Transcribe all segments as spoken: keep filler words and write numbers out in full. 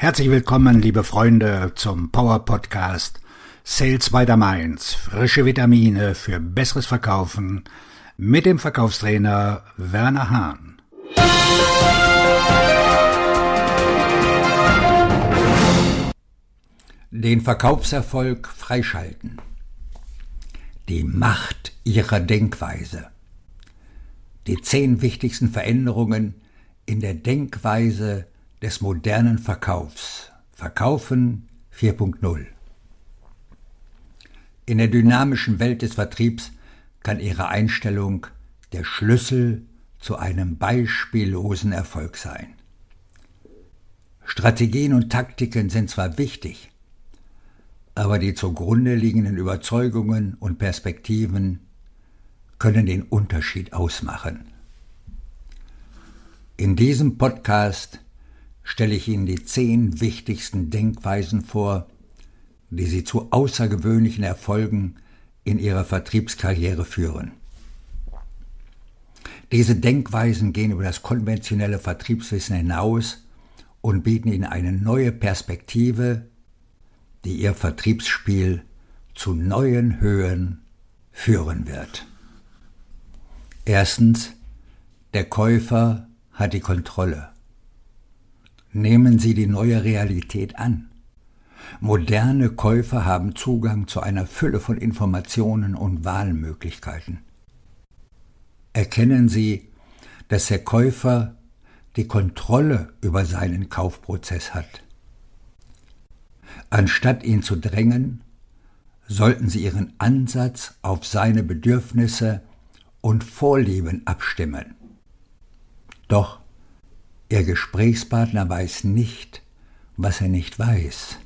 Herzlich willkommen, liebe Freunde, zum Power Podcast Sales by the Mainz. Frische Vitamine für besseres Verkaufen mit dem Verkaufstrainer Werner Hahn. Den Verkaufserfolg freischalten. Die Macht Ihrer Denkweise. Die zehn wichtigsten Veränderungen in der Denkweise des modernen Verkaufs. Verkaufen vier Punkt null. In der dynamischen Welt des Vertriebs kann Ihre Einstellung der Schlüssel zu einem beispiellosen Erfolg sein. Strategien und Taktiken sind zwar wichtig, aber die zugrunde liegenden Überzeugungen und Perspektiven können den Unterschied ausmachen. In diesem Podcast stelle ich Ihnen die zehn wichtigsten Denkweisen vor, die Sie zu außergewöhnlichen Erfolgen in Ihrer Vertriebskarriere führen. Diese Denkweisen gehen über das konventionelle Vertriebswissen hinaus und bieten Ihnen eine neue Perspektive, die Ihr Vertriebsspiel zu neuen Höhen führen wird. Erstens, der Käufer hat die Kontrolle. Nehmen Sie die neue Realität an. Moderne Käufer haben Zugang zu einer Fülle von Informationen und Wahlmöglichkeiten. Erkennen Sie, dass der Käufer die Kontrolle über seinen Kaufprozess hat. Anstatt ihn zu drängen, sollten Sie Ihren Ansatz auf seine Bedürfnisse und Vorlieben abstimmen. Doch Ihr Gesprächspartner weiß nicht, was er nicht weiß.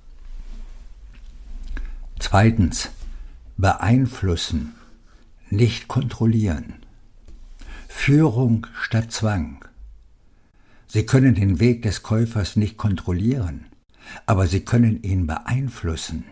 Zweitens, beeinflussen, nicht kontrollieren. Führung statt Zwang. Sie können den Weg des Käufers nicht kontrollieren, aber Sie können ihn beeinflussen.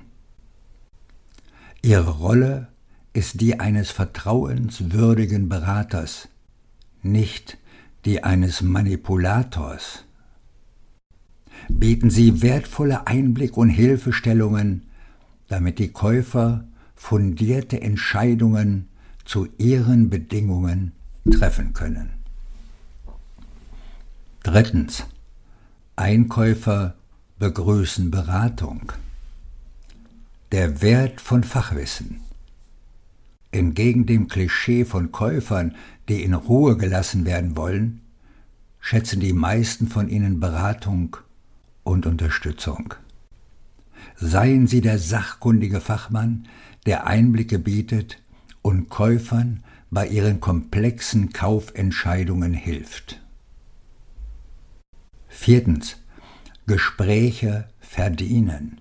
Ihre Rolle ist die eines vertrauenswürdigen Beraters, nicht die eines Manipulators. Bieten Sie wertvolle Einblick und Hilfestellungen, damit die Käufer fundierte Entscheidungen zu ihren Bedingungen treffen können. Drittens. Einkäufer begrüßen Beratung. Der Wert von Fachwissen. Entgegen dem Klischee von Käufern, die in Ruhe gelassen werden wollen, schätzen die meisten von ihnen Beratung und Unterstützung. Seien Sie der sachkundige Fachmann, der Einblicke bietet und Käufern bei ihren komplexen Kaufentscheidungen hilft. Viertens. Gespräche verdienen.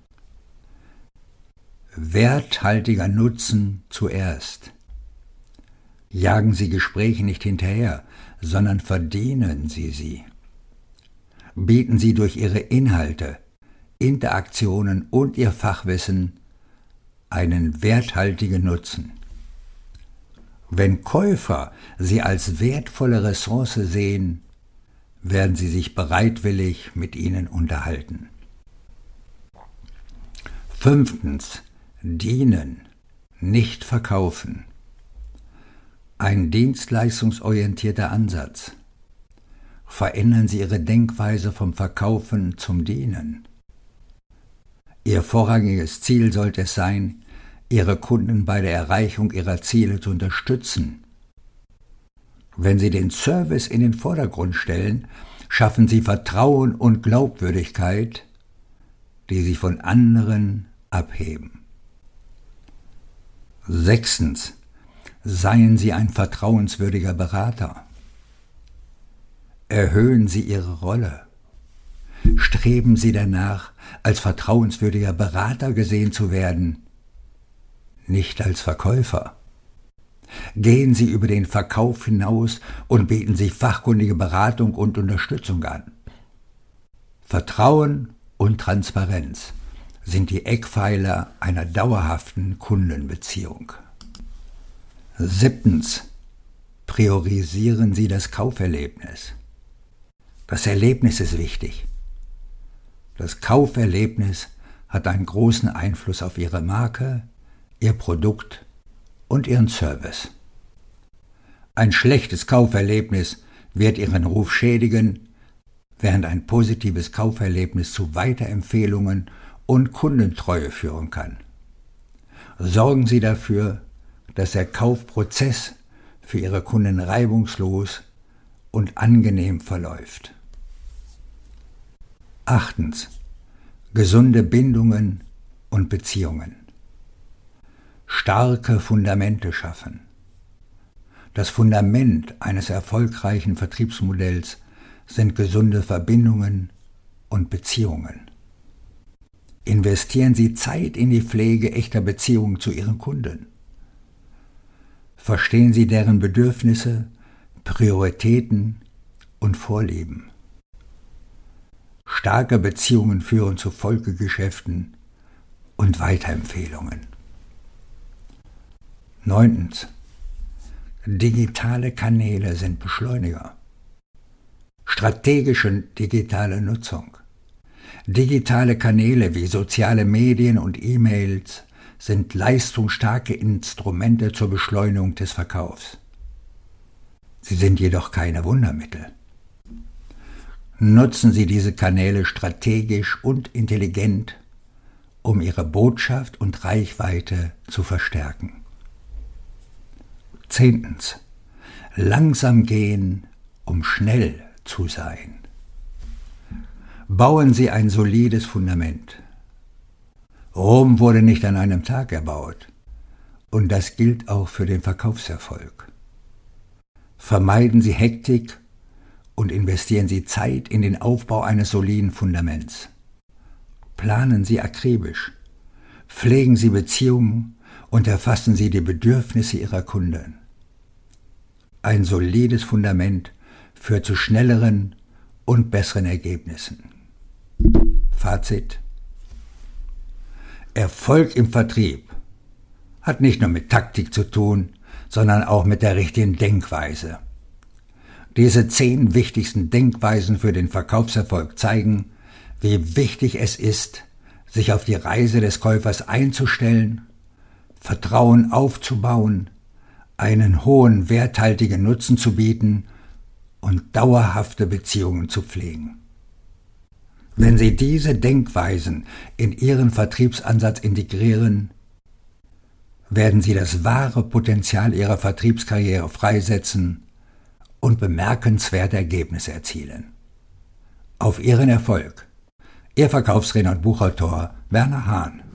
Werthaltiger Nutzen zuerst. Jagen Sie Gespräche nicht hinterher, sondern verdienen Sie sie. Bieten Sie durch Ihre Inhalte, Interaktionen und Ihr Fachwissen einen werthaltigen Nutzen. Wenn Käufer Sie als wertvolle Ressource sehen, werden sie sich bereitwillig mit Ihnen unterhalten. Fünftens. Dienen, nicht verkaufen. Ein dienstleistungsorientierter Ansatz. Verändern Sie Ihre Denkweise vom Verkaufen zum Dienen. Ihr vorrangiges Ziel sollte es sein, Ihre Kunden bei der Erreichung ihrer Ziele zu unterstützen. Wenn Sie den Service in den Vordergrund stellen, schaffen Sie Vertrauen und Glaubwürdigkeit, die Sie von anderen abheben. Sechstens. Seien Sie ein vertrauenswürdiger Berater. Erhöhen Sie Ihre Rolle. Streben Sie danach, als vertrauenswürdiger Berater gesehen zu werden, nicht als Verkäufer. Gehen Sie über den Verkauf hinaus und bieten Sie fachkundige Beratung und Unterstützung an. Vertrauen und Transparenz sind die Eckpfeiler einer dauerhaften Kundenbeziehung. Siebtens. Priorisieren Sie das Kauferlebnis. Das Erlebnis ist wichtig. Das Kauferlebnis hat einen großen Einfluss auf Ihre Marke, Ihr Produkt und Ihren Service. Ein schlechtes Kauferlebnis wird Ihren Ruf schädigen, während ein positives Kauferlebnis zu Weiterempfehlungen und Kundentreue führen kann. Sorgen Sie dafür, dass der Kaufprozess für Ihre Kunden reibungslos und angenehm verläuft. Achtens. Gesunde Bindungen und Beziehungen. Starke Fundamente schaffen. Das Fundament eines erfolgreichen Vertriebsmodells sind gesunde Verbindungen und Beziehungen. Investieren Sie Zeit in die Pflege echter Beziehungen zu Ihren Kunden. Verstehen Sie deren Bedürfnisse, Prioritäten und Vorlieben. Starke Beziehungen führen zu Folgegeschäften und Weiterempfehlungen. Neuntens. Digitale Kanäle sind Beschleuniger. Strategische digitale Nutzung. Digitale Kanäle wie soziale Medien und E-Mails sind leistungsstarke Instrumente zur Beschleunigung des Verkaufs. Sie sind jedoch keine Wundermittel. Nutzen Sie diese Kanäle strategisch und intelligent, um Ihre Botschaft und Reichweite zu verstärken. Zehntens. Langsam gehen, um schnell zu sein. Bauen Sie ein solides Fundament. Rom wurde nicht an einem Tag erbaut, und das gilt auch für den Verkaufserfolg. Vermeiden Sie Hektik und investieren Sie Zeit in den Aufbau eines soliden Fundaments. Planen Sie akribisch, pflegen Sie Beziehungen und erfassen Sie die Bedürfnisse Ihrer Kunden. Ein solides Fundament führt zu schnelleren und besseren Ergebnissen. Fazit: Erfolg im Vertrieb hat nicht nur mit Taktik zu tun, sondern auch mit der richtigen Denkweise. Diese zehn wichtigsten Denkweisen für den Verkaufserfolg zeigen, wie wichtig es ist, sich auf die Reise des Käufers einzustellen, Vertrauen aufzubauen, einen hohen werthaltigen Nutzen zu bieten und dauerhafte Beziehungen zu pflegen. Wenn Sie diese Denkweisen in Ihren Vertriebsansatz integrieren, werden Sie das wahre Potenzial Ihrer Vertriebskarriere freisetzen und bemerkenswerte Ergebnisse erzielen. Auf Ihren Erfolg. Ihr Verkaufstrainer und Buchautor Werner Hahn.